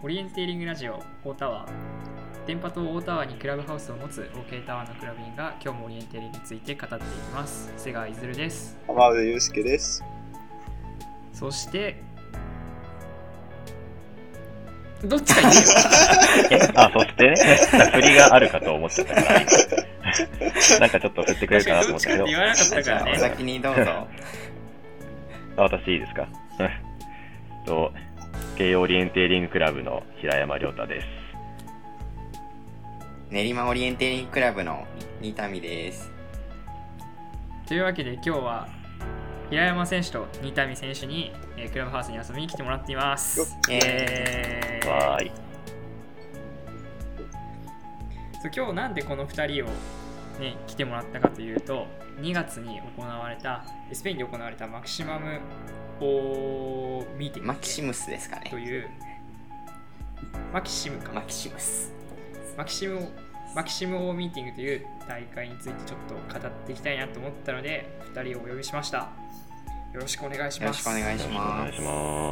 オリエンテーリングラジオ大タワー。電波塔大タワーにクラブハウスを持つ OK タワーのクラブ員が今日もオリエンテーリングについて語っていきます。瀬川いずるです。 浜辺祐介です。 そしてどっちか言えよそしてね、振りがあるかと思ってたからなんかちょっと振ってくれるかなと思ったけど、 言わなかったからね。 お先にどうぞ。 私いいですか慶応オリエンテーリングクラブの平山亮太です。 練馬オリエンテーリングクラブの新谷です。 というわけで今日は平山選手と新谷選手にクラブハウスに遊びに来てもらっています。 わーい。 今日なんでこの2人を、ね、来てもらったかというと、2月に行われたスペインで行われたマキシマムオーミーティング、 マキシムスですかねというマキシムオーミーティングという大会についてちょっと語っていきたいなと思ったので2人をお呼びしました。よろしくお願いします。 よろしくお願いします。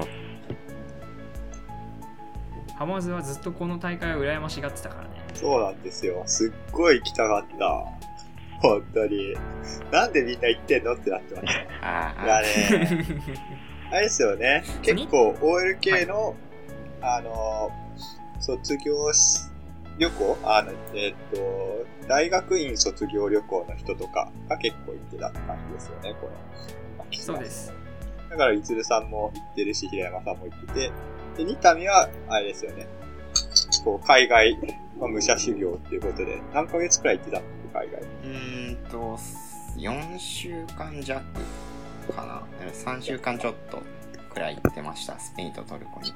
浜津はずっとこの大会を羨ましがってたからね。 そうなんですよ。すっごい行きたかった。本当に。なんでみんな行ってんのってなってました。いやね、あれですよね。結構 OLK の、卒業旅行大学院卒業旅行の人とかが結構行ってた感じですよね、この。 そうです。 だから、いつるさんも行ってるし、平山さんも行ってて、で、新谷は、あれですよね。こう、海外、武者修行っていうことで、何ヶ月くらい行ってたの海外。 4週間弱かな。3週間ちょっとくらい行ってました。スペインとトルコに。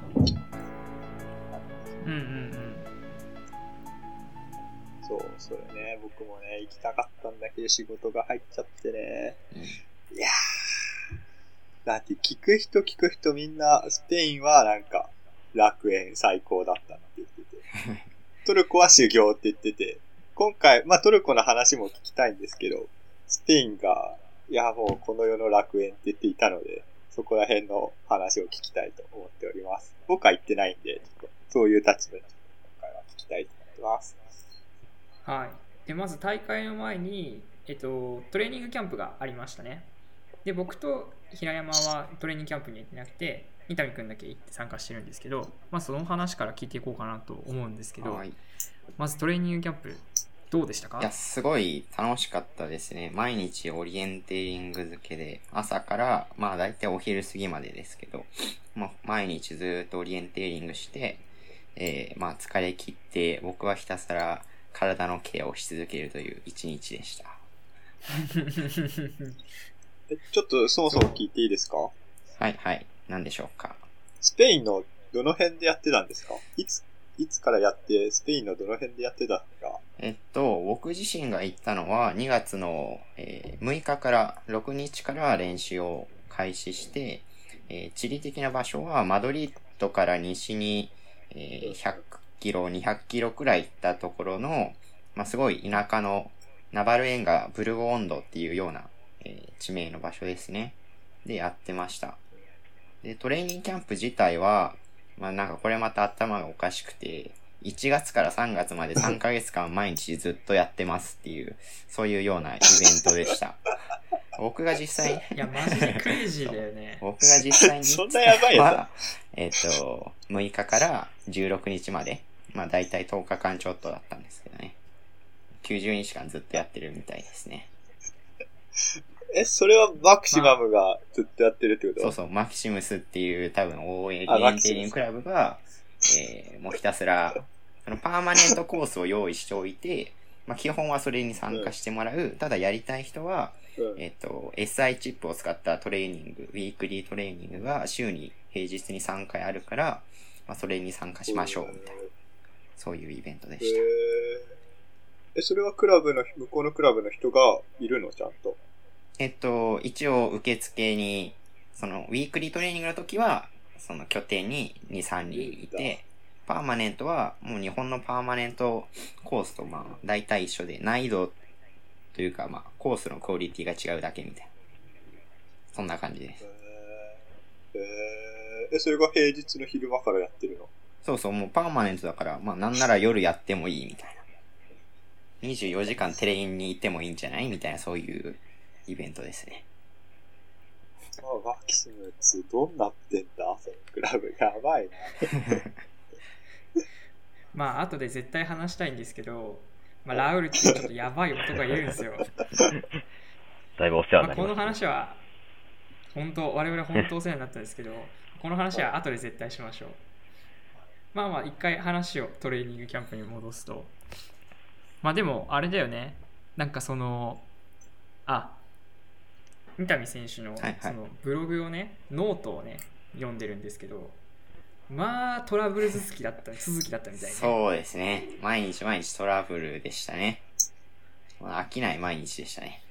それね、僕もね、行きたかったんだけど、仕事が入っちゃってね。いやー。だって聞く人みんな、スペインはなんか、楽園最高だったって言ってて。トルコは修行って言ってて、今回、トルコの話も聞きたいんですけど、スペインが、いやもうこの世の楽園って言っていたので、そこら辺の話を聞きたいと思っております。僕は行ってないんで、ちょっとそういう立場で今回は聞きたいと思ってます。 はい。で、まず大会の前に、トレーニングキャンプがありましたね。で、僕と平山はトレーニングキャンプに行ってなくて、三谷くんだけ行って参加してるんですけど、その話から聞いていこうかなと思うんですけど、まずトレーニングキャンプどうでしたか？ いや、すごい楽しかったですね。毎日オリエンテーリング付けで、朝からだいたいお昼過ぎまでですけど、毎日ずっとオリエンテーリングして、疲れ切って僕はひたすら体のケアをし続けるという一日でした。 ちょっとそもそも聞いていいですか？ はい。何でしょうか？ スペインのどの辺でやってたんですか？いつからやって、スペインのどの辺でやってたんですか？ 僕自身が行ったのは2月の、6日から6日から練習を開始して、地理的な場所はマドリッドから西に、100キロ、200キロくらい行ったところの、すごい田舎のナバルエンガ・ブルゴオンドっていうような、地名の場所ですね。でやってました。で、トレーニングキャンプ自体は、なんかこれまた頭がおかしくて、1月から3月まで3ヶ月間毎日ずっとやってますっていう、そういうようなイベントでした。僕が実際いや、マジでクレイジーだよね。 僕が実際にそんなやばいやつ6日から16日まで、だいたい10日間ちょっとだったんですけどね。90日間ずっとやってるみたいですね。 それはマキシマムがずっとやってるってこと？ そう、マキシムスっていう多分オリエンテーリングクラブが、もうひたすら、パーマネントコースを用意しておいて、基本はそれに参加してもらう。ただやりたい人は、SI チップを使ったトレーニング、ウィークリートレーニングが週に平日に3回あるから、それに参加しましょうみたいな、そういうイベントでした。 それはクラブの、向こうのクラブの人がいるのちゃんと？ 一応受付に、ウィークリートレーニングの時は、拠点に2、3人いて、パーマネントはもう日本のパーマネントコースと大体一緒で、難易度というかコースのクオリティが違うだけみたいな、そんな感じです。 それが平日の昼間からやってるの？ そうそう、もうパーマネントだから、まあなんなら夜やってもいいみたいな。24時間テレインにいてもいいんじゃないみたいな、そういうイベントですね。 マキシム2どんなってんだそのクラブ。やばいな。 まあ後で絶対話したいんですけど、まあ、ラウルってちょっとやばい男がいるんですよ。 だいぶお世話になりました。 この話は我々本当お世話になったんですけど、この話は後で絶対しましょう。まあ一回話をトレーニングキャンプに戻すと、まあでもあれだよね、なんかその三上選手のそのブログをね、ノートをね読んでるんですけど、まあトラブル続きだったみたいね。 そうですね。毎日トラブルでしたね。飽きない毎日でしたね。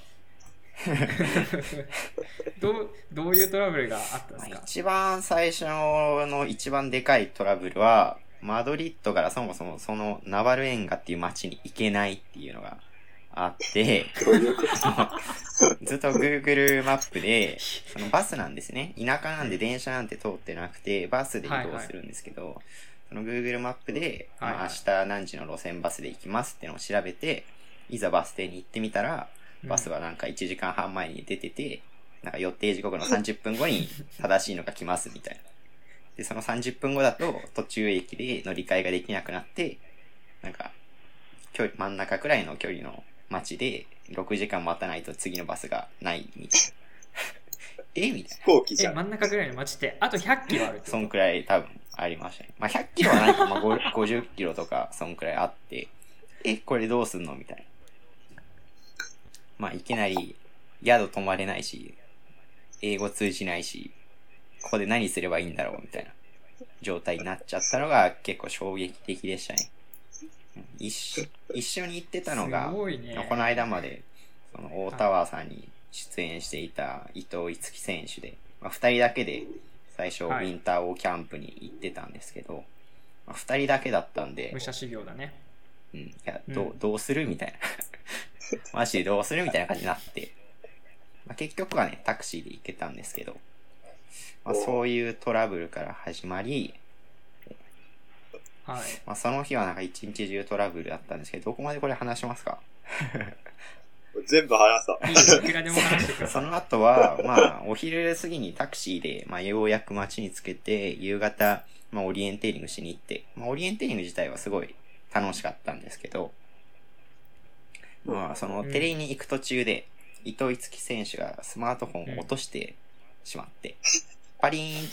どういうトラブルがあったんですか？ 一番最初の一番でかいトラブルは、マドリッドからそもそもそのナバルエンガっていう街に行けないっていうのがあって、ずっと Google マップで、そのバスなんですね。田舎なんで電車なんて通ってなくて、バスで移動するんですけど、その Google マップで、明日何時の路線バスで行きますっていうのを調べて、いざバス停に行ってみたら、バスはなんか1時間半前に出てて、なんか予定時刻の30分後に正しいのが来ますみたいな。で、その30分後だと途中駅で乗り換えができなくなって、なんか、真ん中くらいの距離の街で6時間待たないと次のバスがないみたいな。みたいな。 飛行機じゃん。 真ん中くらいの街ってあと100キロあるってこと？ そんくらい多分ありましたね。まあ100キロはないか、まあ50キロとかそんくらいあって、これどうすんのみたいな。まあいきなり宿泊まれないし、英語通じないし、ここで何すればいいんだろうみたいな状態になっちゃったのが結構衝撃的でしたね。一緒に行ってたのが、ね、この間までその大タワーさんに出演していた伊藤逸樹選手で、まあ、2人だけで最初ウィンターオーキャンプに行ってたんですけど、まあ、2人だけだったんで、 武者修行だね。 どうするみたいなマジでどうするみたいな感じになって、まあ、結局はねタクシーで行けたんですけど、まあ、そういうトラブルから始まり、 はい、 まあ、その日はなんか一日中トラブルだったんですけど、どこまでこれ話しますか？ 全部話そう。 いくらでも話してください。 その後は、まあ、お昼過ぎにタクシーで、まあ、ようやく街に着けて、夕方、まあ、オリエンテーリングしに行って、まあ、オリエンテーリング自体はすごい楽しかったんですけど、まあ、そのテレビに行く途中で、伊藤逸樹選手がスマートフォンを落としてしまって、パリーンって、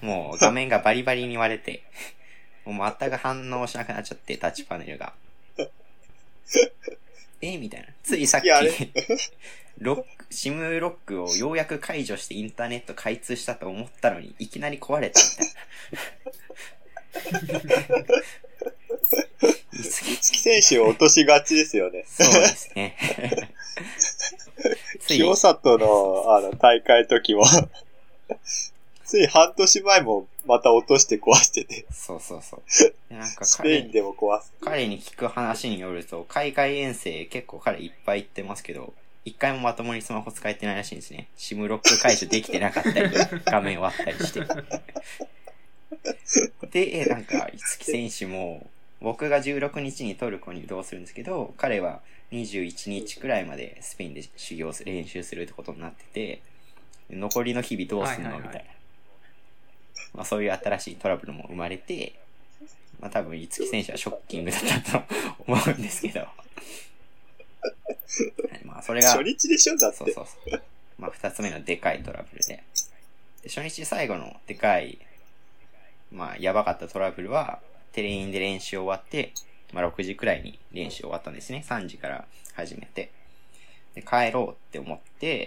もう画面がバリバリに割れて、もう全く反応しなくなっちゃって、タッチパネルが。みたいな。ついさっき、SIM ロックをようやく解除してインターネット開通したと思ったのに、いきなり壊れたみたいな。 逸木選手を落としがちですよね。 そうですね。 清里の大会時もつい半年前もまた落として壊してて。 そう。なんかスペインでも壊す。 彼に聞く話によると、海外遠征結構彼いっぱい行ってますけど、一回もまともにスマホ使えてないらしいんですね。SIM ロック解除できてなかったり、画面割ったりして。で、なんか、逸木選手も、僕が16日にトルコに移動するんですけど、彼は21日くらいまでスペインで練習するってことになってて、残りの日々どうすんのみたいな。まあそういう新しいトラブルも生まれて、まあ多分、逸木選手はショッキングだったと思うんですけど。まあそれが、 初日でしょだって。 そう。まあ二つ目のでかいトラブルで。初日最後のでかい、まあやばかったトラブルは、テレインで練習終わって、まあ6時くらいに練習終わったんですね。3時から始めて。で、帰ろうって思って、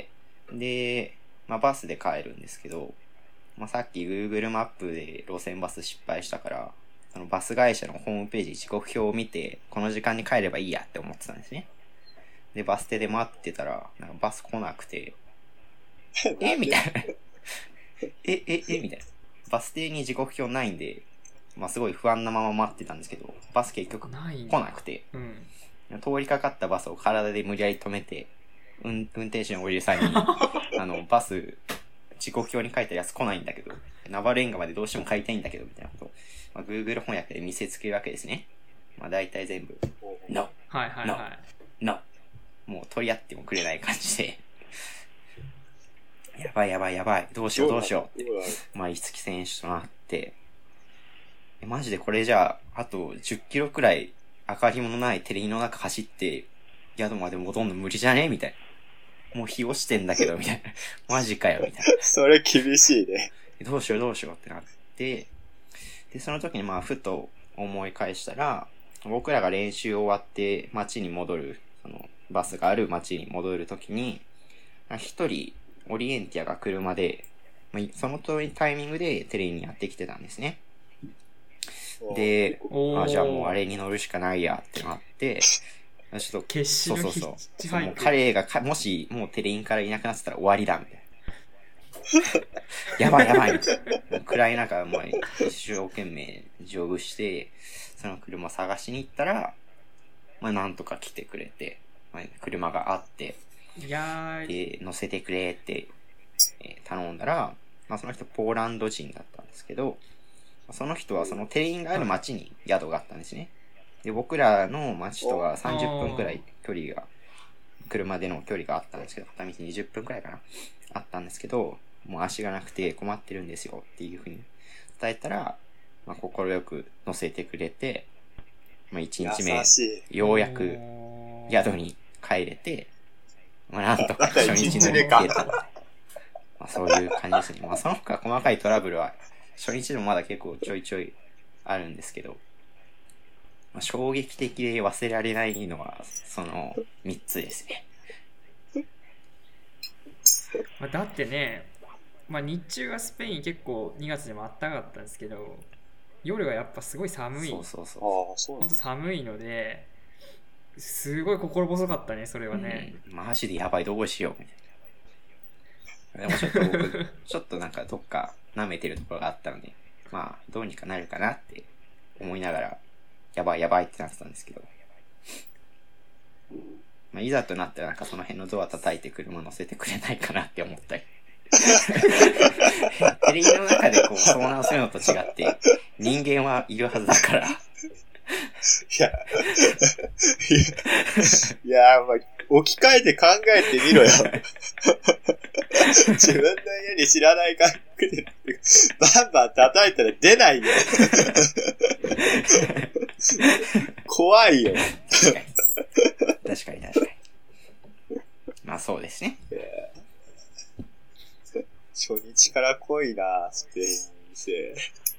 で、まあバスで帰るんですけど、まあさっき Google マップで路線バス失敗したから、そのバス会社のホームページ時刻表を見て、この時間に帰ればいいやって思ってたんですね。で、バス停で待ってたら、なんかバス来なくて、みたいな。みたいな。バス停に時刻表ないんで、まあすごい不安なまま待ってたんですけど、バス結局来なくて、通りかかったバスを体で無理やり止めて、運転手のおじさんに、バス、 時刻表に書いたやつ来ないんだけど、ナバレンガまでどうしても買いたいんだけど、みたいなことを、Google 翻訳で見せつけるわけですね。大体全部、No! はいはいはい。 No! もう取り合ってもくれない感じで、やばい、どうしようって、五木選手となって、マジでこれじゃあ、あと10キロくらい明かりもないテレビの中走って、宿まで戻んの無理じゃねみたいな。もう日落ちてんだけど、みたいな。マジかよ、みたいな。 それ厳しいね。 どうしようってなって、で、その時にふと思い返したら、僕らが練習終わって街に戻る、バスがある街に戻る時に、一人、オリエンティアが車で、そのタイミングでテレビにやってきてたんですね。で、じゃあもうあれに乗るしかないやってなって、ちょっと、 決死のヒッチハイク。 彼がもしもうテレインからいなくなってたら終わりだみたいな。やばいみたいな。暗い中、一生懸命ジョグして、その車探しに行ったら、なんとか来てくれて、車があって、で、乗せてくれって、頼んだら、その人ポーランド人だったんですけど、その人はそのテレインがある町に宿があったんですね。で、僕らの町とは30分くらい車での距離があったんですけど、片道20分くらいかな。あったんですけど、もう足がなくて困ってるんですよっていう風に伝えたら、快く乗せてくれて、1日目、ようやく宿に帰れて、なんとか初日乗り切れた。そういう感じですね。その他細かいトラブルは、初日でもまだ結構ちょいちょいあるんですけど、衝撃的で忘れられないのは、その3つですね。 だってね、日中はスペイン結構2月でもあったかかったんですけど、夜はやっぱすごい寒い。 そう。 ほんと寒いので、すごい心細かったね、それはね。 マジでやばい、どうしようみたいな。でもちょっと僕、ちょっとなんかどっか舐めてるところがあったので、どうにかなるかなって思いながら、やばいってなってたんですけど。いざとなったらなんかその辺のドア叩いて車乗せてくれないかなって思ったり。テレビの中で遭難するのと違って、人間はいるはずだから。 いや、置き換えて考えてみろよ。自分の家に知らない外国でバンバン叩いたら出ないよ。怖いよ。 確かに。そうですね。 初日から濃いな、スペイン製。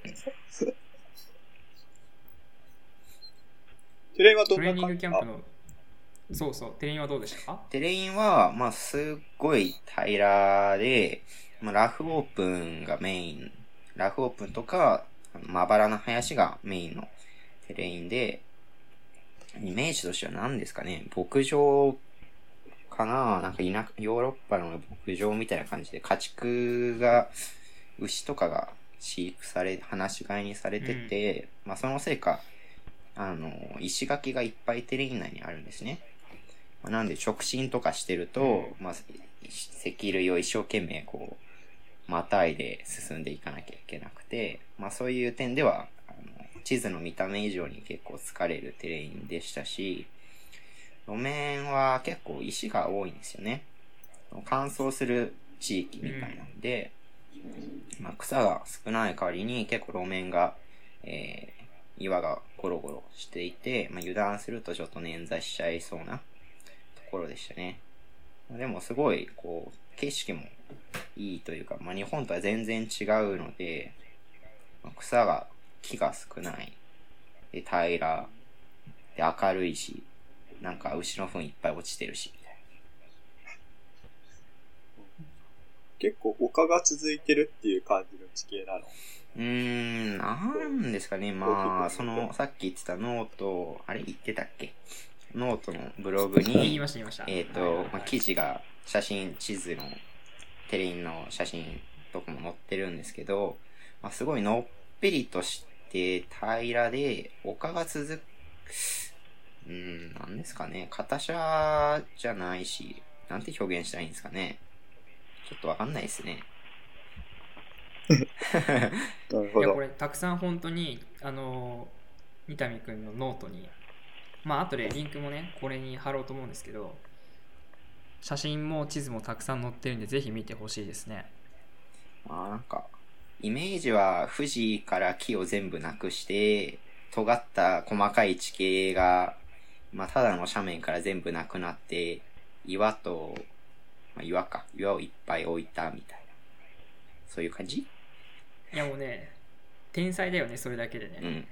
テレインはどんなトレーニングキャンプの、テレインはどうでしたか？ テレインは、すっごい平らで、ラフオープンがメイン、ラフオープンとか、まばらな林がメインのテレインで、イメージとしては何ですかね、牧場かな、なんかヨーロッパの牧場みたいな感じで、家畜が、牛とかが飼育され、放し飼いにされてて、そのせいか、石垣がいっぱいテレイン内にあるんですね。なんで直進とかしてると、石類を一生懸命またいで進んでいかなきゃいけなくて、そういう点では、地図の見た目以上に結構疲れるテレインでしたし、路面は結構石が多いんですよね。乾燥する地域みたいなんで、草が少ない代わりに結構路面が、岩がゴロゴロしていて、油断するとちょっと捻挫しちゃいそうなところでしたね。でもすごい景色もいいというか、日本とは全然違うので、木が少ない、で平らで明るいし、なんか牛の糞いっぱい落ちてるしみたいな。結構丘が続いてるっていう感じの地形なの？ なんですかね。さっき言ってたノート、あれ言ってたっけ？ノートのブログに、 言いました。 記事が、地図の、テレインの写真とかも載ってるんですけど、すごいのっぺりとして平らで、丘が続く、なんですかね。片斜じゃないし、なんて表現したらいいんですかね。ちょっとわかんないですね。 るほど。 いやこれたくさん本当に三谷くんのノートにまあ後でリンクもねこれに貼ろうと思うんですけど、写真も地図もたくさん載ってるんでぜひ見てほしいですね。 なんかイメージは富士から木を全部なくして尖った細かい地形が、ただの斜面から全部なくなって岩と、岩をいっぱい置いたみたいな、そういう感じ。 いやもうね天才だよねそれだけでね。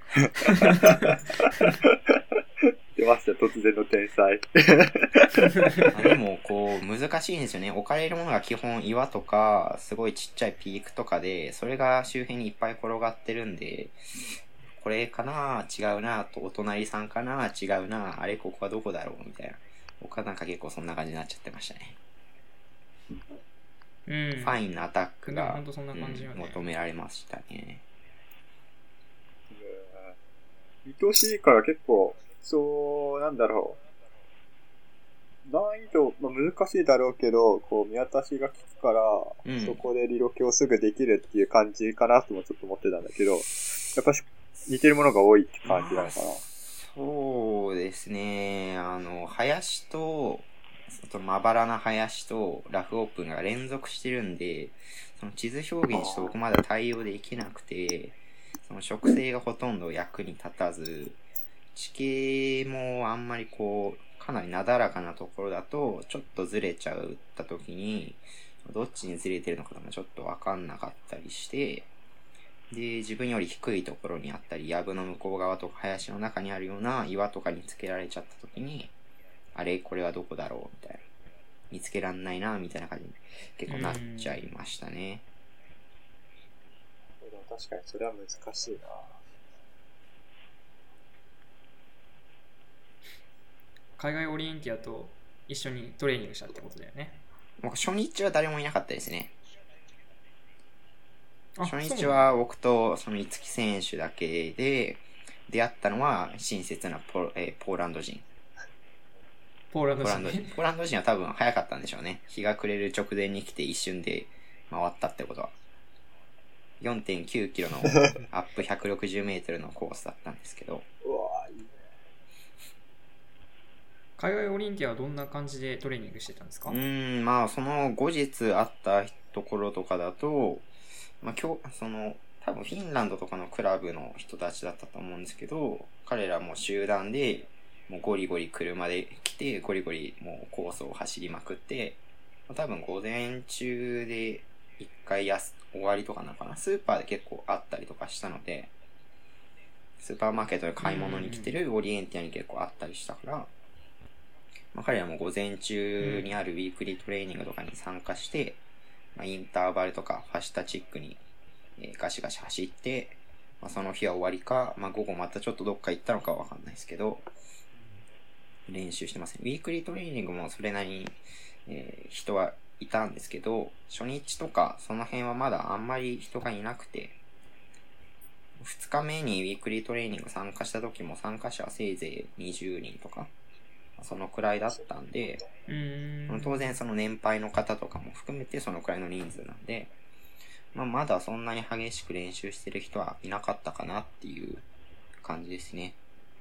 出ました、突然の天才。 でもこう難しいんですよね。置かれるものが基本岩とかすごいちっちゃいピークとかで、それが周辺にいっぱい転がってるんで、これかな違うなと、お隣さんかな違うな、あれここはどこだろうみたいな、僕はなんか結構そんな感じになっちゃってましたね。ファインなアタックが、求められましたね。 見通しいいから結構なんだろう、難易度、難しいだろうけどこう見渡しが効くから、そこでリロケをすぐできるっていう感じかなともちょっと思ってたんだけど、やっぱ似てるものが多いって感じなのかな。 そうですね。林とまばらな林とラフオープンが連続してるんで、その地図表現して僕まだ対応できなくて、その植生がほとんど役に立たず、地形もあんまりこうかなりなだらかなところだとちょっとずれちゃった時にどっちにずれてるのかもちょっと分かんなかったりして、で自分より低いところにあったり、藪の向こう側とか林の中にあるような岩とかにつけられちゃった時に、あれこれはどこだろうみたいな、見つけらんないなみたいな感じに結構なっちゃいましたね。 確かにそれは難しいな。 海外オリエンティアと一緒にトレーニングしたってことだよね。 僕初日は誰もいなかったですね。初日は僕とその五木選手だけで、出会ったのは親切なポーランド人。ポーランド人は多分早かったんでしょうね。日が暮れる直前に来て一瞬で回ったってことは。4.9 キロのアップ160メートルのコースだったんですけど。 うわいいね。 海外オリンピアはどんな感じでトレーニングしてたんですか？ その後日会ったところとかだと、今日多分フィンランドとかのクラブの人たちだったと思うんですけど、彼らも集団でもうゴリゴリ車で来て、ゴリゴリもうコースを走りまくって、多分午前中で一回終わりとかなのかな。スーパーで結構あったりとかしたので、スーパーマーケットで買い物に来てるオリエンティアに結構あったりしたから、彼らも午前中にあるウィークリートレーニングとかに参加して、インターバルとかファシタチックに、ガシガシ走って、その日は終わりか、午後またちょっとどっか行ったのかはわかんないですけど、練習してますね。ウィークリートレーニングもそれなりに、人はいたんですけど、初日とかその辺はまだあんまり人がいなくて、2日目にウィークリートレーニング参加した時も参加者はせいぜい20人とか、そのくらいだったんで、当然その年配の方とかも含めてそのくらいの人数なんで、まだそんなに激しく練習してる人はいなかったかなっていう感じですね。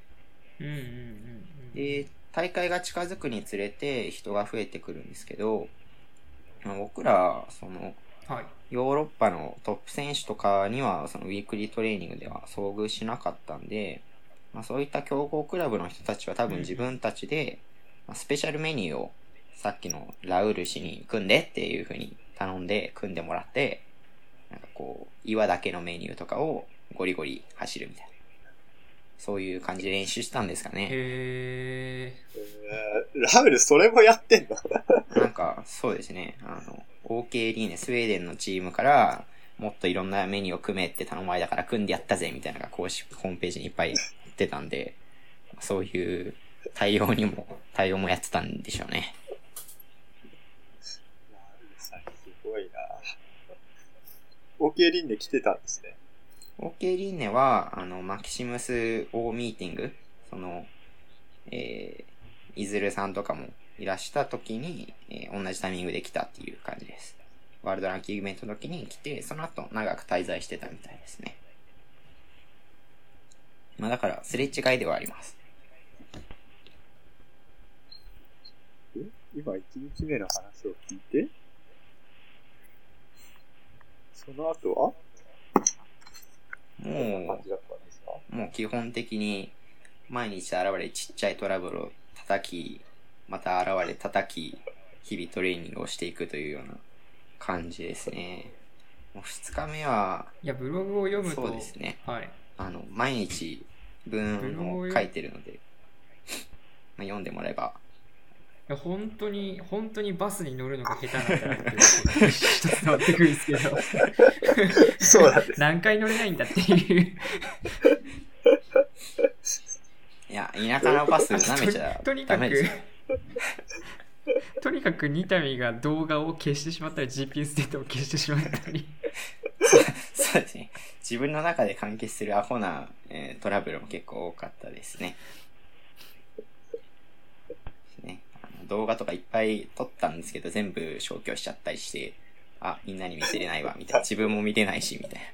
で、大会が近づくにつれて人が増えてくるんですけど、僕らヨーロッパのトップ選手とかにはそのウィークリートレーニングでは遭遇しなかったんで、そういった強豪クラブの人たちは多分自分たちでスペシャルメニューをさっきのラウール氏に組んでっていう風に頼んで組んでもらって、岩だけのメニューとかをゴリゴリ走るみたいな、そういう感じで練習したんですかね。 ラウルそれもやってんの？ そうですね。OK リーネ、スウェーデンのチームからもっといろんなメニューを組めって頼まれたから組んでやったぜみたいなのが公式ホームページにいっぱい載ってたんで、そういう対応もやってたんでしょうね。 すごいな。OK リンネ来てたんですね。 OK リンネはマキシムスオーミーティング、いずるさんとかもいらした時に、同じタイミングで来たっていう感じです。 ワールドランキングイベントの時に来て、その後長く滞在してたみたいですね。まあだからすれ違いではあります。 今1日目の話を聞いて、その後はどんな感じだったんですか？ もう基本的に毎日現れちっちゃいトラブルを叩き、また現れ叩き、日々トレーニングをしていくというような感じですね。もう2日目は、 いやブログを読むとそうですね、 はい、 毎日文を書いてるので、まあ、読んでもらえば。 いや本当にバスに乗るのが下手なんだなっていうことが一つ伝わってくるんですけどそうなんです。 何回乗れないんだっていういや、田舎のバス舐めちゃダメですよ。 とにかくニタミが動画を消してしまったり GPS データを消してしまったりそうですね。自分の中で完結するアホな、トラブルも結構多かったですね。動画とかいっぱい撮ったんですけど全部消去しちゃったりして、あ、みんなに見せれないわみたいな、自分も見れないしみたい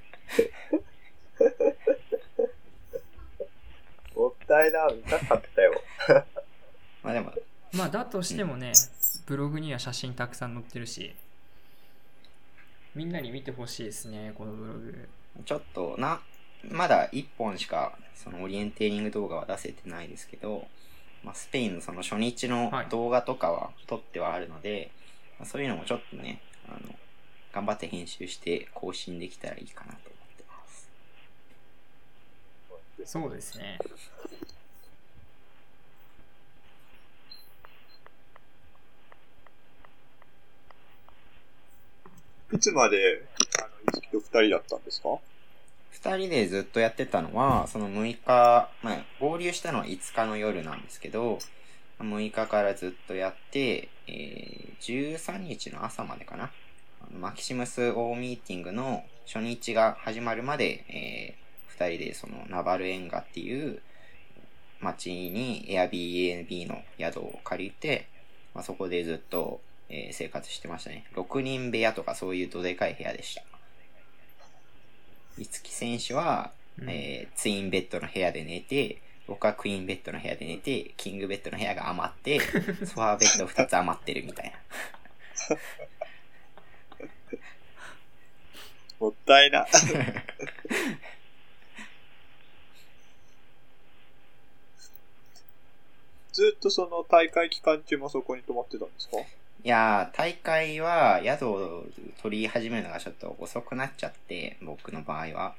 な。もったいな、見たかったよ。 まあでも、 まあだとしてもね、ブログには写真たくさん載ってるし、みんなに見てほしいですね、このブログ。 ちょっとまだ1本しかそのオリエンテーリング動画は出せてないですけど、まあ、スペインのその初日の動画とかは撮ってはあるので、まあ、そういうのもちょっとね、頑張って編集して更新できたらいいかなと思ってます。 そうですね。 いつまで、一木と二人だったんですか ？2人でずっとやってたのは、その6日、まあ、合流したのは5日の夜なんですけど、6日からずっとやって、13日の朝までかな。マキシムスオーミーティングの初日が始まるまで、2人でそのナバルエンガっていう町に Airbnb の宿を借りて、まあ、そこでずっと、生活してましたね。6人部屋とかそういうどでかい部屋でした。五木選手は、ツインベッドの部屋で寝て、僕はクイーンベッドの部屋で寝て、キングベッドの部屋が余って、ソファーベッド2つ余ってるみたいな。 もったいな。ずっとその大会期間中もそこに泊まってたんですか？ いやー、大会は宿を取り始めるのがちょっと遅くなっちゃって、僕の場合は。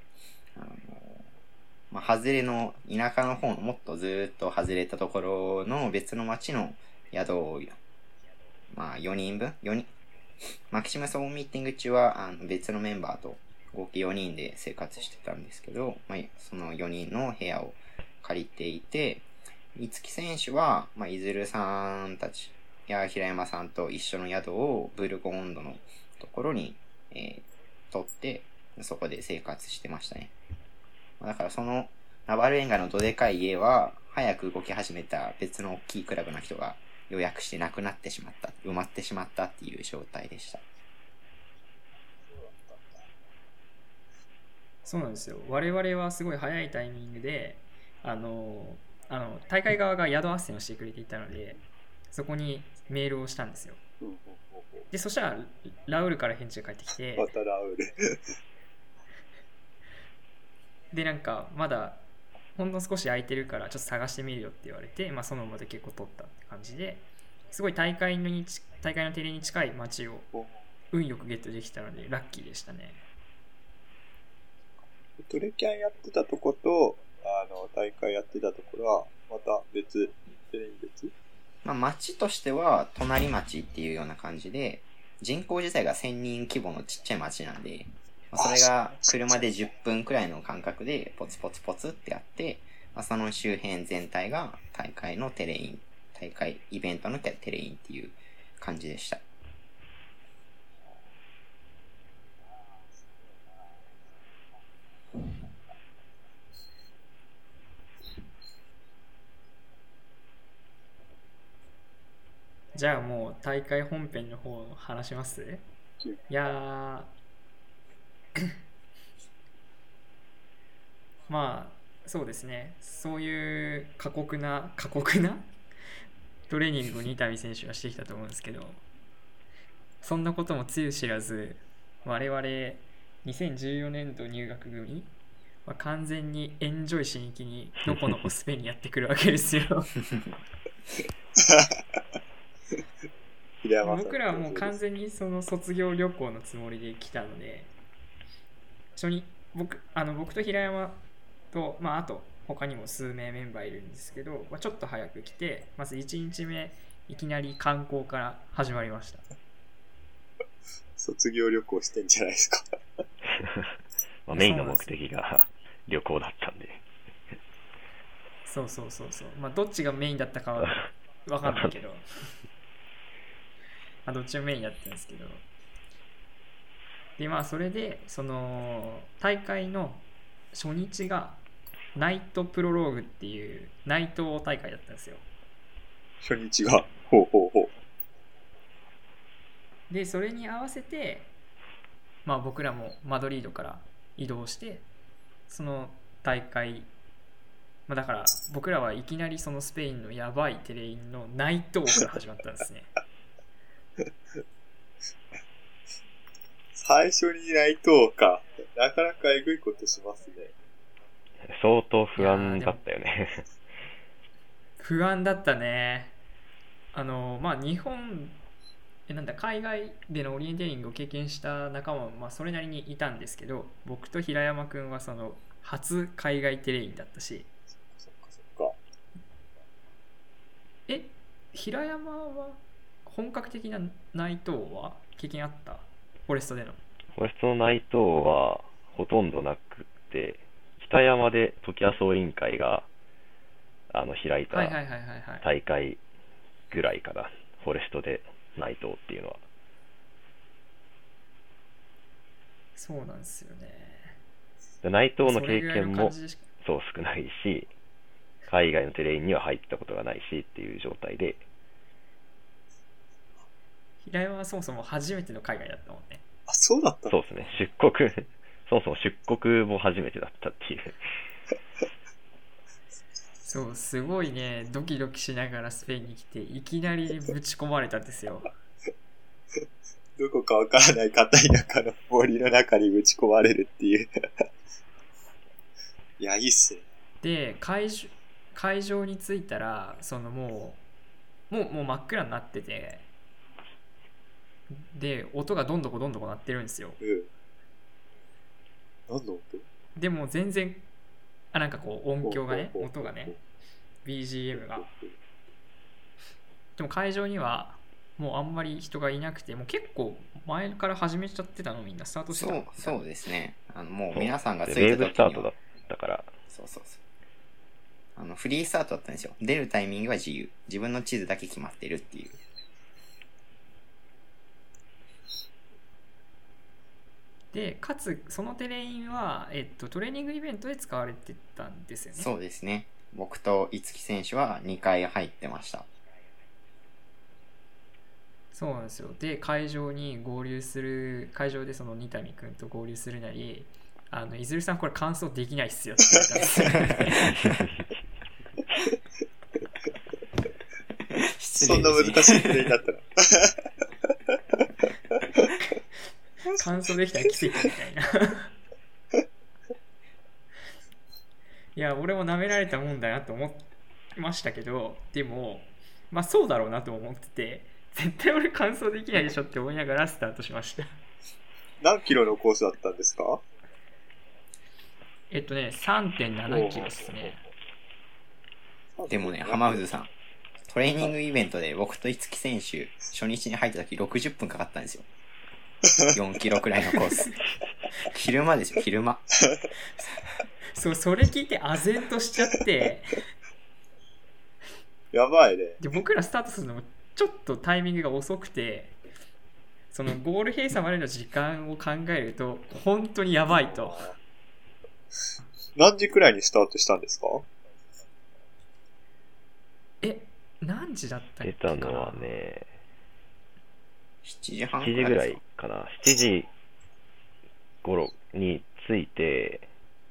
まあ、外れの、田舎の方のもっとずーっと外れたところの別の町の宿を、まあ4人分 ?4 人マキシムスオーミーティング中は別のメンバーと合計4人で生活してたんですけど、まあ、その4人の部屋を借りていて、五木選手は、まあ、いずるさんたちや平山さんと一緒の宿をブルゴ温度のところに、取って、そこで生活してましたね。だからそのナバルエンガのどでかい家は早く動き始めた別の大きいクラブの人が予約してなくなってしまった、埋まってしまったっていう状態でした。 そうなんですよ。我々はすごい早いタイミングで大会側が宿斡旋をしてくれていたので、そこにメールをしたんですよ。でそしたらラウールから返事が返ってきて、 またラウールでなんかまだほんの少し空いてるからちょっと探してみるよって言われて、まあ、そのままで結構取ったって感じで、すごい大会のテレに近い街を運よくゲットできたのでラッキーでしたね。 トレキャンやってたとこと大会やってたところはまた別、全員別？ まあ、町としては隣町っていうような感じで、人口自体が1000人規模のちっちゃい町なんで、まあ、それが車で10分くらいの間隔でポツポツポツってやって、まあ、その周辺全体が大会のテレイン、大会イベントのテレインっていう感じでした。 じゃあもう大会本編の方話します？ いやまあそうですね、そういう過酷なトレーニングを新谷選手はしてきたと思うんですけど、そんなこともつゆ知らず我々2014年度入学組は完全にエンジョイしに行きにのこのこスペインにやってくるわけですよ僕らはもう完全にその卒業旅行のつもりで来たので、初に僕と平山と、あと他にも数名メンバーいるんですけど、ちょっと早く来て、まず1日目いきなり観光から始まりました。 卒業旅行してんじゃないですかメインの目的が旅行だったんで。 そう、どっちがメインだったかは分かんないけどどっちもメインだったんですけど、でそれでその大会の初日がナイトプロローグっていうナイト大会だったんですよ。 初日がほうでそれに合わせて僕らもマドリードから移動してその大会、だから僕らはいきなりそのスペインのやばいテレインのナイト王から始まったんですね最初にナイト王か。なかなかえぐいことしますね。 相当不安だったよね不安だったね。日本海外でのオリエンテーリングを経験した仲間もそれなりにいたんですけど、僕と平山くんはその初海外テレインだったし。 そっか。 平山は本格的なナイトは経験あった？フォレストでの。 フォレストのナイトはほとんどなくて、北山でトキワ荘委員会が開いた大会ぐらいかな、フォレストでナイトっていうのは。 そうなんですよね。 ナイトの経験もそう少ないし、海外のテレインには入ったことがないしっていう状態で。 平山はそもそも初めての海外だったもんね。 あ、そうだった。 そうですね。そもそも出国も初めてだったっていうそう、すごいね、ドキドキしながらスペインに来ていきなりぶち込まれたんですよどこかわからない片田舎の森の中にぶち込まれるっていういや、いいっすね。 で、会場に着いたらそのもう真っ暗になってて、で音がどんどこ鳴ってるんですよ。 何の音？ でも全然音響がね、音がね、 BGM が。でも会場にはもうあんまり人がいなくて、もう結構前から始めちゃってたの、みんなスタートしてた。 そうですね。もう皆さんがついてた時にはウェーブスタートだったから。 フリースタートだったんですよ。出るタイミングは自由。自分の地図だけ決まってるっていう。 でかつそのテレインは、トレーニングイベントで使われてたんですよね。 そうですね。僕と五木選手は2回入ってました。 そうなんですよ。で会場でその二谷君と合流するなり、いずるさんこれ完走できないっすよって言ったんですよそんな難しいプレイだったら完走できたら奇跡みたいないや俺も舐められたもんだなと思いましたけど、でもそうだろうなと思ってて、絶対俺完走できないでしょって思いながらスタートしました何キロのコースだったんですか ？3.7 キロですね。 でもね、浜藤さん、トレーニングイベントで僕と五木選手初日に入った時60分かかったんですよ。4キロくらいのコース。昼間ですよ、昼間。 そう、それ聞いて唖然としちゃってやばいね。 で僕らスタートするのもちょっとタイミングが遅くて、そのゴール閉鎖までの時間を考えると本当にやばいと。 何時くらいにスタートしたんですか？ 何時だったっけかな。 出たのはね、 7時半 7時ぐらいかな。7時頃に着いて、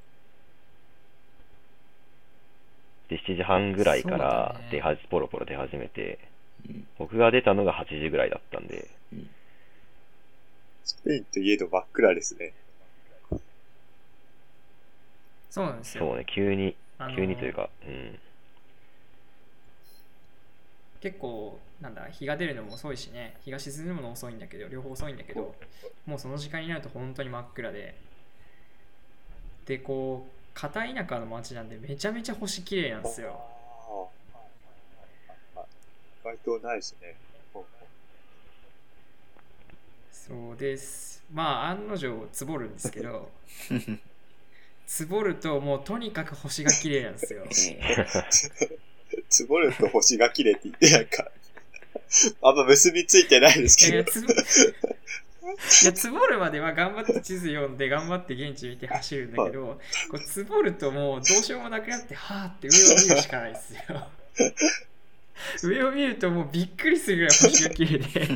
で7時半ぐらいからポロポロ出始めて、僕が出たのが8時ぐらいだったんで、 スペインといえど真っ暗ですね。 そうなんですよ。 そうね、急にというか、 結構なんだ、日が出るのも遅いしね、日が沈むのも遅いんだけど、両方遅いんだけど、もうその時間になると本当に真っ暗で、でこう片田舎の町なんでめちゃめちゃ星綺麗なんですよ。 意外とないですね。 そうです。まあ案の定つぼるんですけどつぼるともうとにかく星が綺麗なんですよ。 つぼると星が綺麗って言ってなんかあんま結びついてないですけど。 いやつぼるまでは頑張って地図読んで頑張って現地見て走るんだけど、こうつぼるともうどうしようもなくなってはーって上を見るしかないですよ。上を見るともうびっくりするぐらい星が綺麗で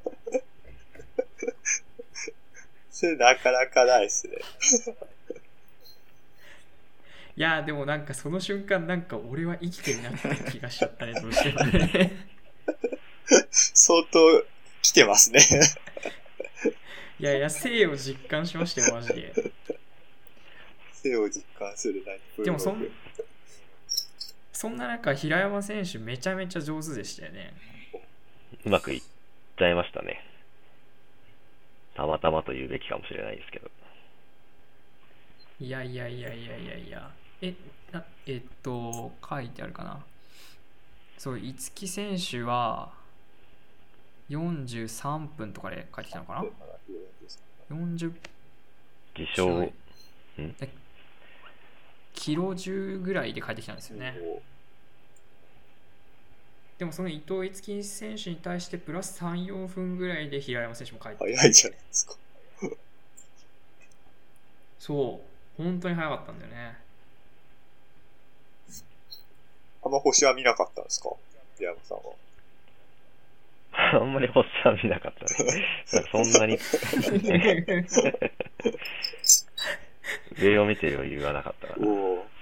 それなかなかないですね。 いやでもなんかその瞬間なんか俺は生きてるなって気がしちゃったね、どうしてもね。 相当来てますね。 いや生を実感しましたよマジで。 生を実感するでもそんな中平山選手めちゃめちゃ上手でしたよね。 うまくいっちゃいましたね。たまたまと言うべきかもしれないですけど。 いや書いてあるかな。そう、五木選手は43分とかで帰ってきたのかな。40 自称キロ10ぐらいで帰ってきたんですよね。でもその伊藤五木選手に対してプラス 3,4 分ぐらいで平山選手も帰ってきた。 早いじゃないですか。 そう本当に早かったんだよね。 あんま星は見なかったんですか、平山さんは。 あんまり星は見なかったね。そんなに上を見てる余裕はなかったかな。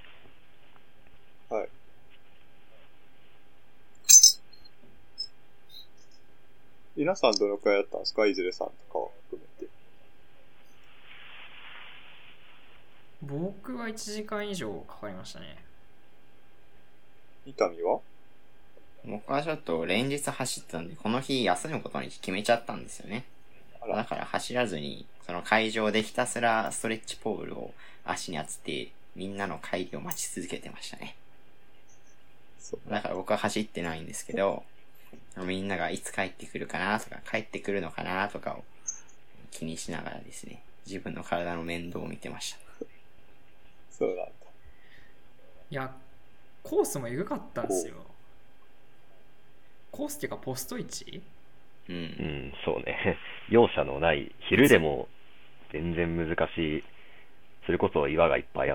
はい。皆さんどのくらいだったんですか、いずれさんとかを含めて。 僕は1時間以上かかりましたね。 伊丹は？ 僕はちょっと連日走ってたんで、この日休むことに決めちゃったんですよね。だから走らずに、その会場でひたすらストレッチポールを足に当てて、みんなの帰りを待ち続けてましたね。だから僕は走ってないんですけど、みんながいつ帰ってくるかなとか、帰ってくるのかなとかを気にしながらですね、自分の体の面倒を見てました。 そうなんだ。 いや、コースもエグかったんですよ。コースっていうかポスト位置？ うん、そうね。容赦のない、昼でも全然難しい、それこそ岩がいっぱいあって、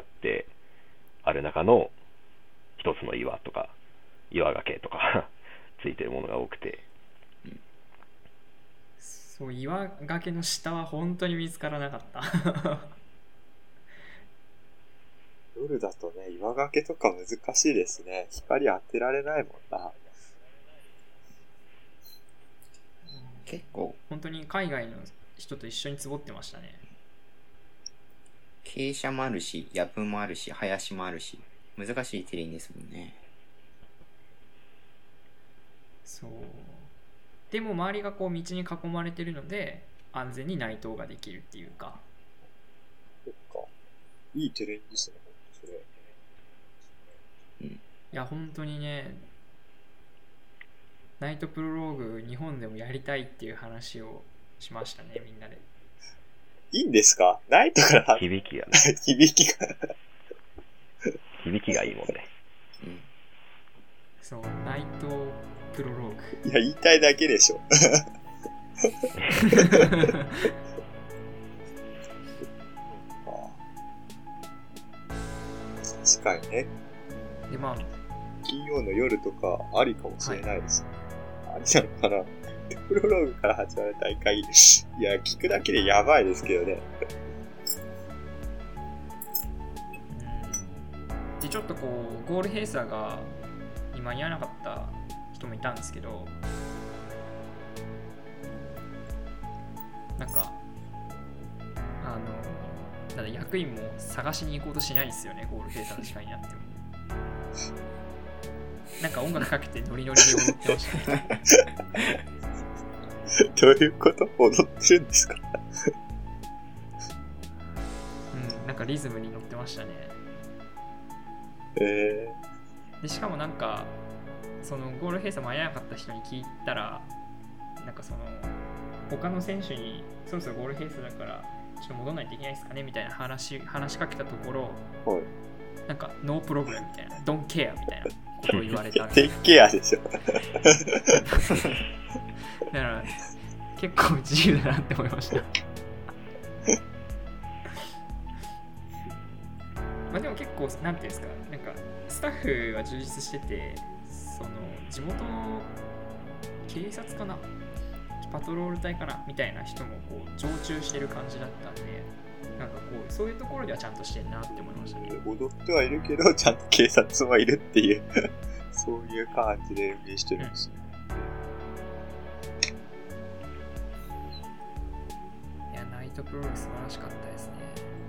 ある中の一つの岩とか、岩崖とかついてるものが多くて。 そう、岩崖の下は本当に見つからなかった。 夜だとね、岩崖とか難しいですね。光当てられないもんな。 結構本当に海外の人と一緒につぼってましたね。 傾斜もあるし、ヤブもあるし、林もあるし、難しいテレインですもんね。 そう。でも周りがこう道に囲まれてるので安全に内藤ができるっていうか。 そっか。いいテレインですね、それ。 いや本当にね。ナイトプロローグ日本でもやりたいっていう話をしましたね、みんなで。 いいんですか？ナイトから響きがね。 響きがいいもんね。 そう、ナイトプロローグ。 いや、言いたいだけでしょ。確かにね。 で、まあ、 金曜の夜とかありかもしれないです。は感じなのかな。プロローグから始まる大会。いや、聞くだけでやばいですけどね。 で、ちょっとこう、ゴール閉鎖が間に合わなかった人もいたんですけど、なんか、なんだ役員も探しに行こうとしないですよね、ゴール閉鎖の時間になっても。なんか音楽かけてノリノリで踊ってましたね。 どういうこと？踊ってるんですか？ うん、なんかリズムに乗ってましたね。 で、 しかもなんか、そのゴール閉鎖間に合わなかった人に聞いたら、なんかその、他の選手にそろそろゴール閉鎖だからちょっと戻らないといけないですかねみたいな話しかけたところ、 はい、 なんかノープログラムみたいな、ドンケアみたいなことを言われたみたいな。 テイケアでしょ。 だから結構自由だなって思いました。まあでも結構なんていうんですか、なんかスタッフは充実してて、その地元の警察かな、パトロール隊かなみたいな人もこう常駐してる感じだったんで、なんかこうそういうところではちゃんとしてんなって思いましたね。 踊ってはいるけどちゃんと警察はいるっていうそういう感じで運営してるんですよ、 いや、ナイトプロレス素晴らしかったですね。